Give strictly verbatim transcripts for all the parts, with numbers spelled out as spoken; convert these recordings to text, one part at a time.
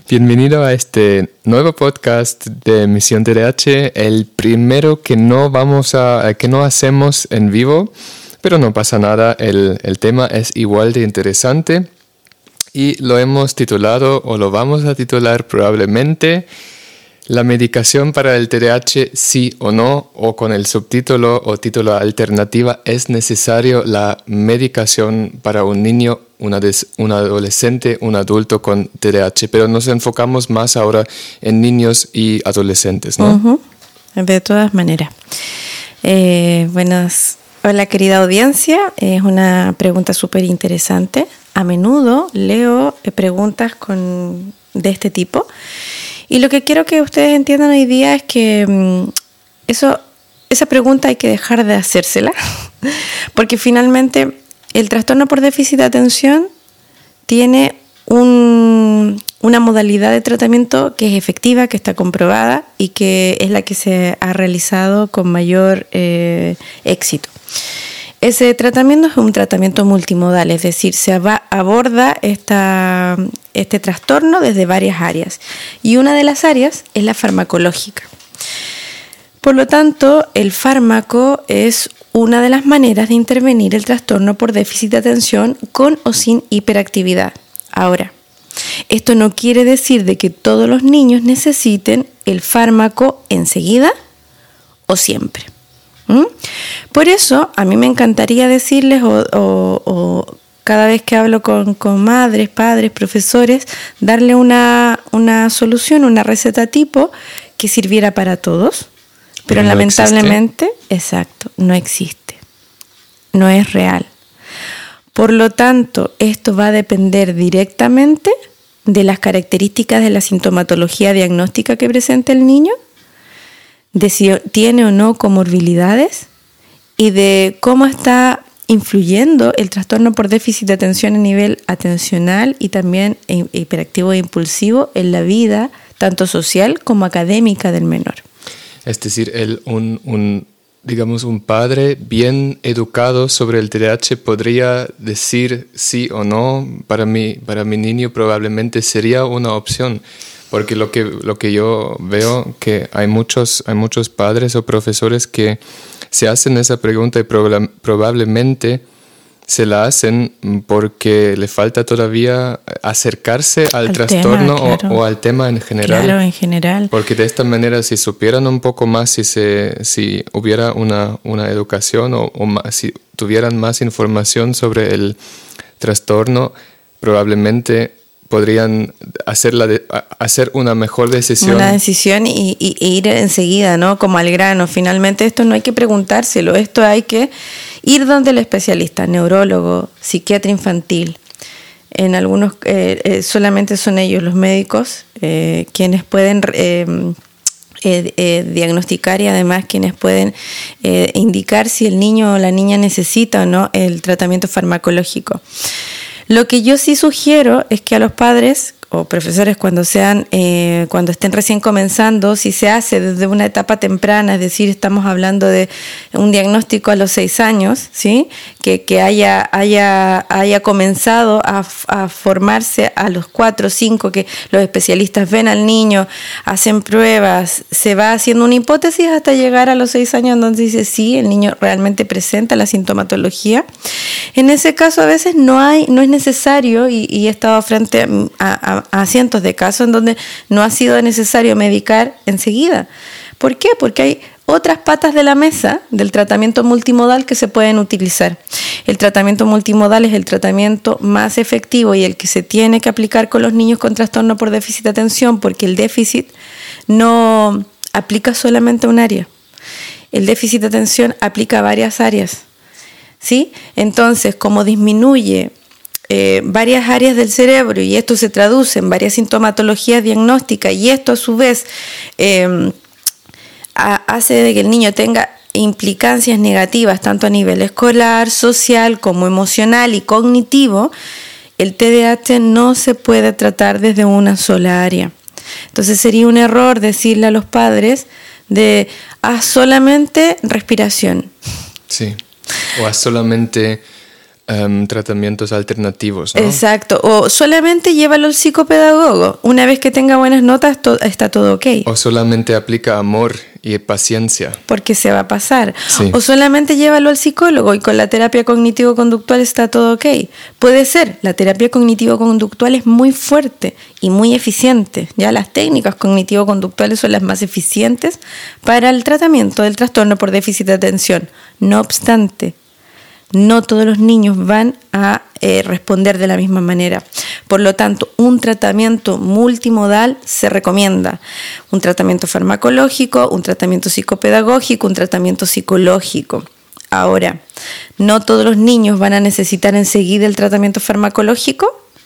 Bienvenido a este nuevo podcast de Misión T D A H, el primero que no vamos a, que no hacemos en vivo, pero no pasa nada, el, el tema es igual de interesante y lo hemos titulado, o lo vamos a titular probablemente, La medicación para el T D A H, sí o no, o con el subtítulo o título alternativa, ¿es necesario la medicación para un niño, una des, un adolescente, un adulto con T D A H? Pero nos enfocamos más ahora en niños y adolescentes, ¿no? Uh-huh. De todas maneras. Eh, buenas, hola querida audiencia, es una pregunta súper interesante. A menudo leo preguntas con, de este tipo. Y lo que quiero que ustedes entiendan hoy día es que um, eso, esa pregunta hay que dejar de hacérsela, porque finalmente el trastorno por déficit de atención tiene un, una modalidad de tratamiento que es efectiva, que está comprobada y que es la que se ha realizado con mayor eh, éxito. Ese tratamiento es un tratamiento multimodal, es decir, se aba- aborda esta, este trastorno desde varias áreas. Y una de las áreas es la farmacológica. Por lo tanto, el fármaco es una de las maneras de intervenir el trastorno por déficit de atención con o sin hiperactividad. Ahora, esto no quiere decir de que todos los niños necesiten el fármaco enseguida o siempre. ¿Mm? Por eso, a mí me encantaría decirles, o, o, o cada vez que hablo con, con madres, padres, profesores, darle una, una solución, una receta tipo que sirviera para todos, pero no lamentablemente, existe. exacto, no existe, no es real. Por lo tanto, esto va a depender directamente de las características de la sintomatología diagnóstica que presenta el niño, de si tiene o no comorbilidades y de cómo está influyendo el trastorno por déficit de atención a nivel atencional y también hiperactivo e impulsivo en la vida tanto social como académica del menor. Es decir, el, un, un, digamos, un padre bien educado sobre el T D A H podría decir sí o no, para mi, para mi niño probablemente sería una opción. Porque lo que, lo que yo veo que hay muchos, hay muchos padres o profesores que se hacen esa pregunta y proba- probablemente se la hacen porque le falta todavía acercarse al, al trastorno tema, claro. o, o al tema en general. Claro, en general. Porque de esta manera, si supieran un poco más, si, se, si hubiera una, una educación o, o más, si tuvieran más información sobre el trastorno, probablemente podrían hacer, la de, hacer una mejor decisión. Una decisión y, y, y ir enseguida, ¿no? Como al grano. Finalmente esto no hay que preguntárselo, esto hay que ir donde el especialista, neurólogo, psiquiatra infantil. En algunos, eh, eh, solamente son ellos los médicos eh, quienes pueden eh, eh, eh, diagnosticar y además quienes pueden eh, indicar si el niño o la niña necesita o no el tratamiento farmacológico. Lo que yo sí sugiero es que a los padres o profesores cuando sean, eh, cuando estén recién comenzando, si se hace desde una etapa temprana, es decir, estamos hablando de un diagnóstico a los seis años, ¿sí? que, que haya, haya, haya comenzado a, a formarse a los cuatro o cinco, que los especialistas ven al niño, hacen pruebas, se va haciendo una hipótesis hasta llegar a los seis años donde dice sí, el niño realmente presenta la sintomatología. En ese caso a veces no hay, no es necesario, y, y he estado frente a, a a cientos de casos en donde no ha sido necesario medicar enseguida. ¿Por qué? Porque hay otras patas de la mesa del tratamiento multimodal que se pueden utilizar. El tratamiento multimodal es el tratamiento más efectivo y el que se tiene que aplicar con los niños con trastorno por déficit de atención, porque el déficit no aplica solamente a un área. El déficit de atención aplica a varias áreas, ¿sí? Entonces, como disminuye Eh, varias áreas del cerebro y esto se traduce en varias sintomatologías diagnósticas y esto a su vez eh, a, hace de que el niño tenga implicancias negativas tanto a nivel escolar, social como emocional y cognitivo, el T D A H no se puede tratar desde una sola área. Entonces sería un error decirle a los padres de haz solamente respiración. Sí, o haz solamente um, tratamientos alternativos, ¿no? Exacto, o solamente llévalo al psicopedagogo. Una vez que tenga buenas notas, to- está todo ok. O solamente aplica amor y paciencia. Porque se va a pasar. Sí. O solamente llévalo al psicólogo y con la terapia cognitivo-conductual está todo ok. Puede ser, la terapia cognitivo-conductual es muy fuerte y muy eficiente. Ya las técnicas cognitivo-conductuales son las más eficientes para el tratamiento del trastorno por déficit de atención. No obstante, no todos los niños van a eh, responder de la misma manera. Por lo tanto, un tratamiento multimodal se recomienda. Un tratamiento farmacológico, un tratamiento psicopedagógico, un tratamiento psicológico. Ahora, no todos los niños van a necesitar enseguida el tratamiento farmacológico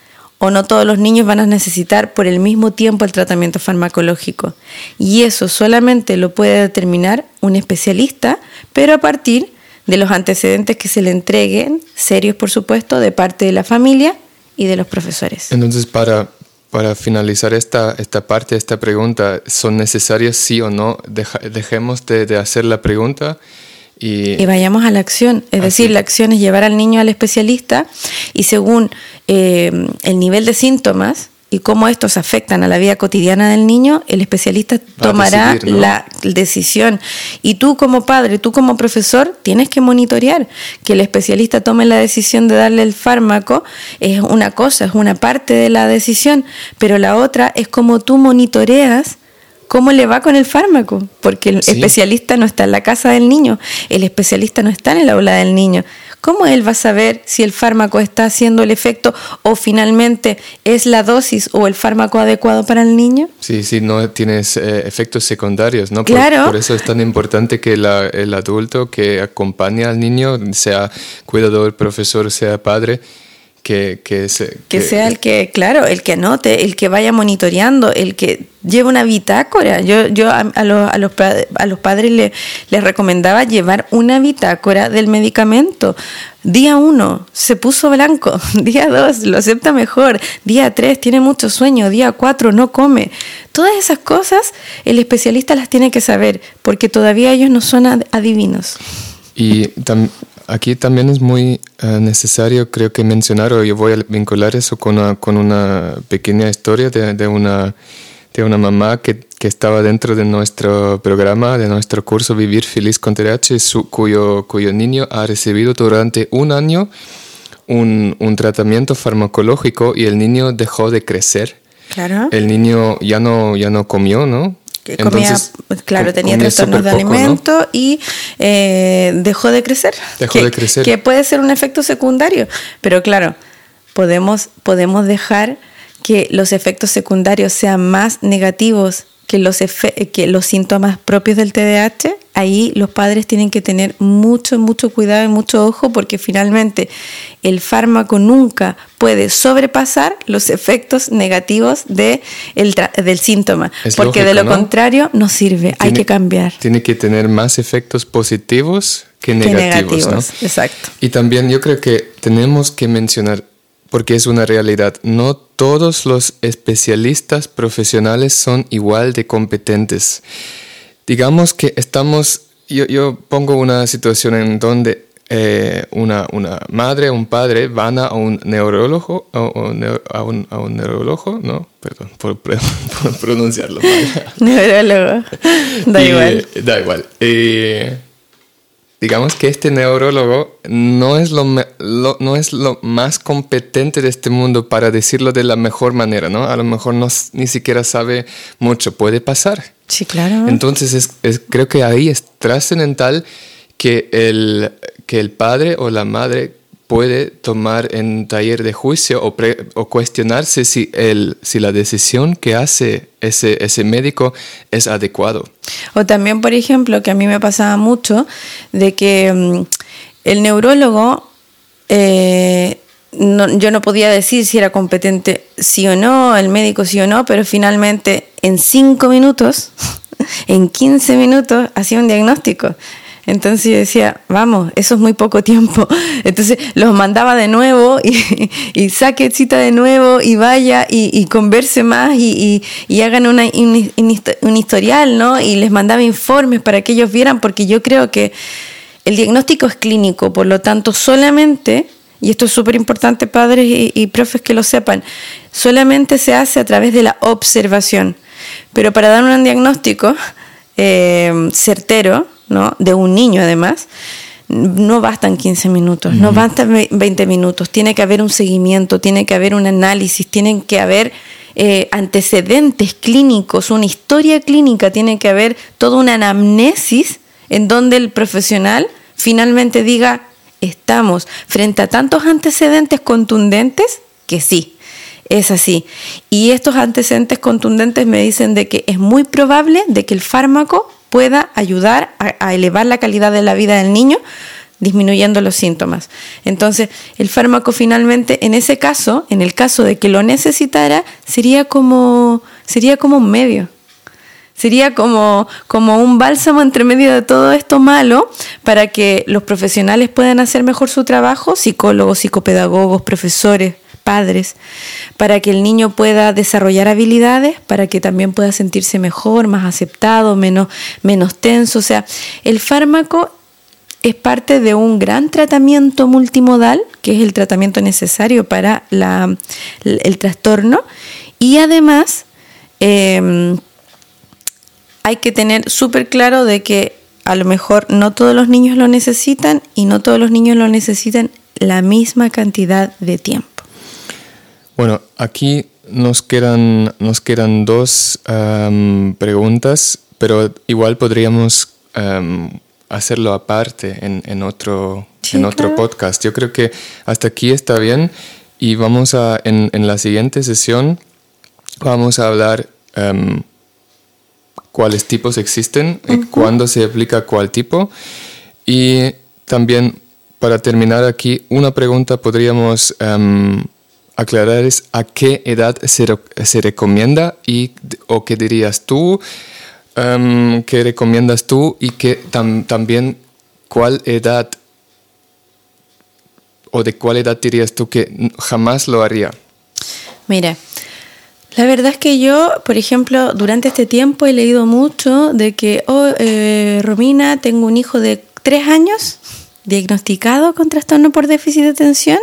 o no todos los niños van a necesitar por el mismo tiempo el tratamiento farmacológico. Y eso solamente lo puede determinar un especialista, pero a partir de los antecedentes que se le entreguen, serios por supuesto, de parte de la familia y de los profesores. Entonces, para, para finalizar esta, esta parte, esta pregunta, ¿son necesarios sí o no? Deja, dejemos de, de hacer la pregunta y... Y vayamos a la acción. Es Así. decir, la acción es llevar al niño al especialista y según eh, el nivel de síntomas y cómo estos afectan a la vida cotidiana del niño, el especialista tomará decidir, ¿no? la decisión. Y tú como padre, tú como profesor, tienes que monitorear que el especialista tome la decisión de darle el fármaco. Es una cosa, es una parte de la decisión, pero la otra es cómo tú monitoreas cómo le va con el fármaco, porque el Sí. especialista no está en la casa del niño, el especialista no está en el aula del niño. ¿Cómo él va a saber si el fármaco está haciendo el efecto o finalmente es la dosis o el fármaco adecuado para el niño? Sí, sí, no tienes eh, efectos secundarios, ¿no? Por, Claro. por eso es tan importante que la, el adulto que acompaña al niño, sea cuidador, profesor, sea padre, que, que, se, Que sea el que, claro, el que anote, el que vaya monitoreando, el que lleve una bitácora. Yo, yo a, a, los, a, los, a los padres le, les recomendaba llevar una bitácora del medicamento. Día uno, se puso blanco. Día dos, lo acepta mejor. Día tres, tiene mucho sueño. Día cuatro, no come. Todas esas cosas el especialista las tiene que saber, porque todavía ellos no son adivinos. Y tam, aquí también es muy uh, necesario, creo que mencionar, o yo voy a vincular eso con una, con una pequeña historia de, de, una, de una mamá que, que estaba dentro de nuestro programa, de nuestro curso Vivir Feliz con T D A H, su, cuyo, cuyo niño ha recibido durante un año un, un tratamiento farmacológico y el niño dejó de crecer. Claro. El niño ya no, ya no comió, ¿no? Que comía, Entonces, claro, tenía comía trastornos de superpoco, alimento, ¿no? y eh, dejó de crecer. Dejó que, de crecer. Que puede ser un efecto secundario. Pero claro, podemos, podemos dejar que los efectos secundarios sean más negativos que los, efe- que los síntomas propios del T D A H. Ahí los padres tienen que tener mucho, mucho cuidado y mucho ojo, porque finalmente el fármaco nunca puede sobrepasar los efectos negativos de el tra- del síntoma, Es porque lógico, de lo ¿no? contrario no sirve, hay Tiene- que cambiar. Tiene que tener más efectos positivos que Que negativos, ¿no? exacto. Y también yo creo que tenemos que mencionar, porque es una realidad, no todos los especialistas profesionales son igual de competentes. Digamos que estamos, yo, yo pongo una situación en donde eh, una, una madre o un padre van a un neurólogo, o, o neo- a, un, a un neurólogo, ¿no? Perdón por, por pronunciarlo mal. Neurólogo, da Y, igual. Da igual. Eh, digamos que este neurólogo no es lo, me- lo- no es lo más competente de este mundo para decirlo de la mejor manera, ¿no? A lo mejor no, s- ni siquiera sabe mucho. Puede pasar. Sí, claro. Entonces es, es- creo que ahí es trascendental que el, que el padre o la madre puede tomar en taller de juicio o, pre- o cuestionarse si, el, si la decisión que hace ese, ese médico es adecuado. O también, por ejemplo, que a mí me pasaba mucho, de que mm, el neurólogo, eh, no, yo no podía decir si era competente sí o no, el médico sí o no, pero finalmente en cinco minutos, en quince minutos, hacía un diagnóstico. Entonces yo decía, vamos, eso es muy poco tiempo. Entonces los mandaba de nuevo y, y saque cita de nuevo y vaya y, y converse más y, y, y hagan una, un, un historial, ¿no? Y les mandaba informes para que ellos vieran, porque yo creo que el diagnóstico es clínico, por lo tanto solamente y esto es súper importante, padres y, y profes que lo sepan, solamente se hace a través de la observación. Pero para dar un diagnóstico eh, certero, ¿no?, de un niño además, no bastan quince minutos, uh-huh. no bastan veinte minutos, tiene que haber un seguimiento, tiene que haber un análisis, tienen que haber eh, antecedentes clínicos, una historia clínica, tiene que haber toda una anamnesis en donde el profesional finalmente diga, estamos frente a tantos antecedentes contundentes que sí, es así. Y estos antecedentes contundentes me dicen de que es muy probable de que el fármaco pueda ayudar a, a elevar la calidad de la vida del niño, disminuyendo los síntomas. Entonces, el fármaco finalmente, en ese caso, en el caso de que lo necesitara, sería como, sería como un medio. Sería como, como un bálsamo entre medio de todo esto malo para que los profesionales puedan hacer mejor su trabajo, psicólogos, psicopedagogos, profesores, padres, para que el niño pueda desarrollar habilidades, para que también pueda sentirse mejor, más aceptado, menos, menos tenso. O sea, el fármaco es parte de un gran tratamiento multimodal, que es el tratamiento necesario para la, el, el trastorno, y además eh, hay que tener súper claro de que a lo mejor no todos los niños lo necesitan y no todos los niños lo necesitan la misma cantidad de tiempo. Bueno, aquí nos quedan, nos quedan dos um, preguntas, pero igual podríamos um, hacerlo aparte en, en otro, sí, en otro claro. podcast. Yo creo que hasta aquí está bien y vamos a, en, en la siguiente sesión, vamos a hablar um, cuáles tipos existen, uh-huh. y cuándo se aplica cuál tipo. Y también, para terminar aquí, una pregunta podríamos um, aclarar es a qué edad se, se recomienda y o qué dirías tú, um, qué recomiendas tú y que tam, también cuál edad o de cuál edad dirías tú que jamás lo haría. Mira, la verdad es que yo, por ejemplo, durante este tiempo he leído mucho de que, oh, eh, Romina, tengo un hijo de tres años diagnosticado con trastorno por déficit de atención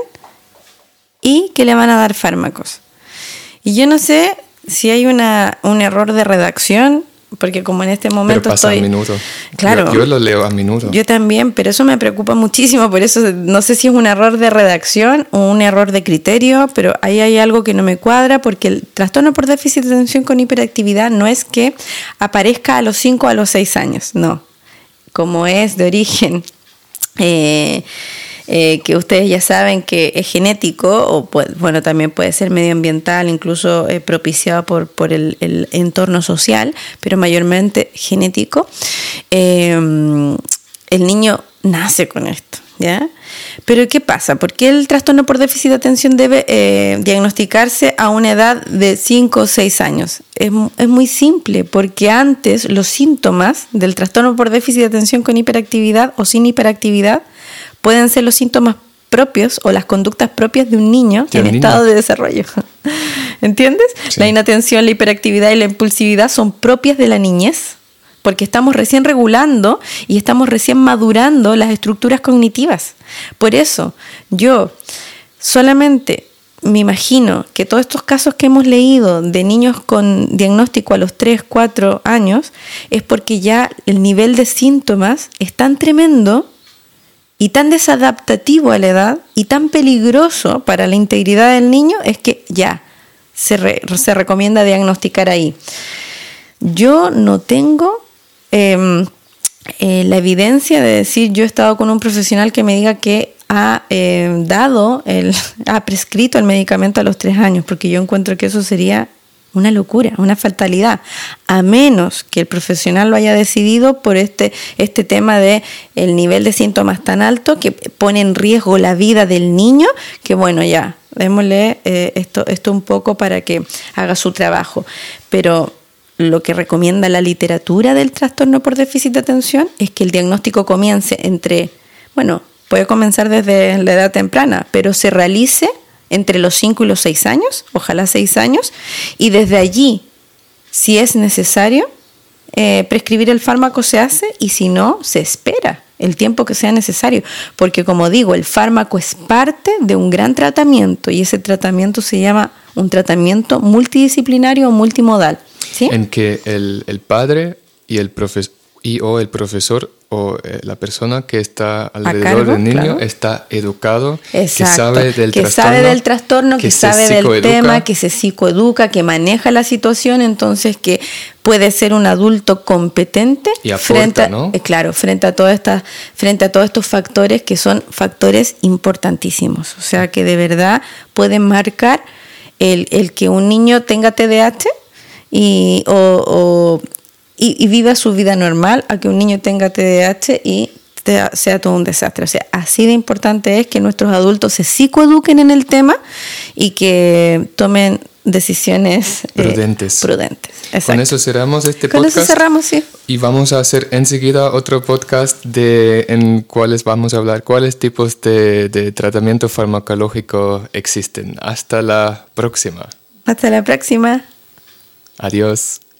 y que le van a dar fármacos. Y yo no sé si hay una, un error de redacción, porque como en este momento pero pasa estoy... a minuto. Claro, yo, yo lo leo a minuto. Yo también, pero eso me preocupa muchísimo, por eso no sé si es un error de redacción o un error de criterio, pero ahí hay algo que no me cuadra, porque el trastorno por déficit de atención con hiperactividad no es que aparezca a los cinco o a los seis años, no. Como es de origen... Eh, Eh, que ustedes ya saben que es genético o puede, bueno, también puede ser medioambiental, incluso eh, propiciado por, por el, el entorno social, pero mayormente genético. Eh, el niño nace con esto, ¿ya? Pero ¿qué pasa? ¿Por qué el trastorno por déficit de atención debe eh, diagnosticarse a una edad de cinco o seis años? Es, es muy simple, porque antes los síntomas del trastorno por déficit de atención con hiperactividad o sin hiperactividad pueden ser los síntomas propios o las conductas propias de un niño en niño. estado de desarrollo. ¿Entiendes? Sí. La inatención, la hiperactividad y la impulsividad son propias de la niñez, porque estamos recién regulando y estamos recién madurando las estructuras cognitivas. Por eso, yo solamente me imagino que todos estos casos que hemos leído de niños con diagnóstico a los tres, cuatro años es porque ya el nivel de síntomas es tan tremendo y tan desadaptativo a la edad y tan peligroso para la integridad del niño, es que ya se, re, se recomienda diagnosticar ahí. Yo no tengo eh, eh, la evidencia de decir, yo he estado con un profesional que me diga que ha eh, dado, el, ha prescrito el medicamento a los tres años, porque yo encuentro que eso sería una locura, una fatalidad, a menos que el profesional lo haya decidido por este, este tema de el nivel de síntomas tan alto que pone en riesgo la vida del niño, que bueno, ya, démosle eh, esto, esto un poco para que haga su trabajo. Pero lo que recomienda la literatura del trastorno por déficit de atención es que el diagnóstico comience entre, bueno, puede comenzar desde la edad temprana, pero se realice entre los cinco y los seis años, ojalá seis años, y desde allí, si es necesario, eh, prescribir el fármaco se hace, y si no, se espera el tiempo que sea necesario, porque como digo, el fármaco es parte de un gran tratamiento y ese tratamiento se llama un tratamiento multidisciplinario o multimodal, ¿sí? En que el, el padre y el profesor y o el profesor o eh, la persona que está alrededor cargo, del niño claro. está educado, Exacto. que sabe del que trastorno, sabe del trastorno, que, que sabe del tema, que se psicoeduca, que maneja la situación, entonces que puede ser un adulto competente y aporta, frente a, ¿no? eh, claro, frente a todas estas, frente a todos estos factores que son factores importantísimos, o sea que de verdad pueden marcar el, el que un niño tenga T D A H y o, o Y, y viva su vida normal a que un niño tenga T D A H y te, sea todo un desastre. O sea, así de importante es que nuestros adultos se psicoeduquen en el tema y que tomen decisiones prudentes. Eh, prudentes. Con eso cerramos este Con podcast. Con eso cerramos, sí. Y vamos a hacer enseguida otro podcast de, en cuales vamos a hablar cuáles tipos de, de tratamiento farmacológico existen. Hasta la próxima. Hasta la próxima. Adiós.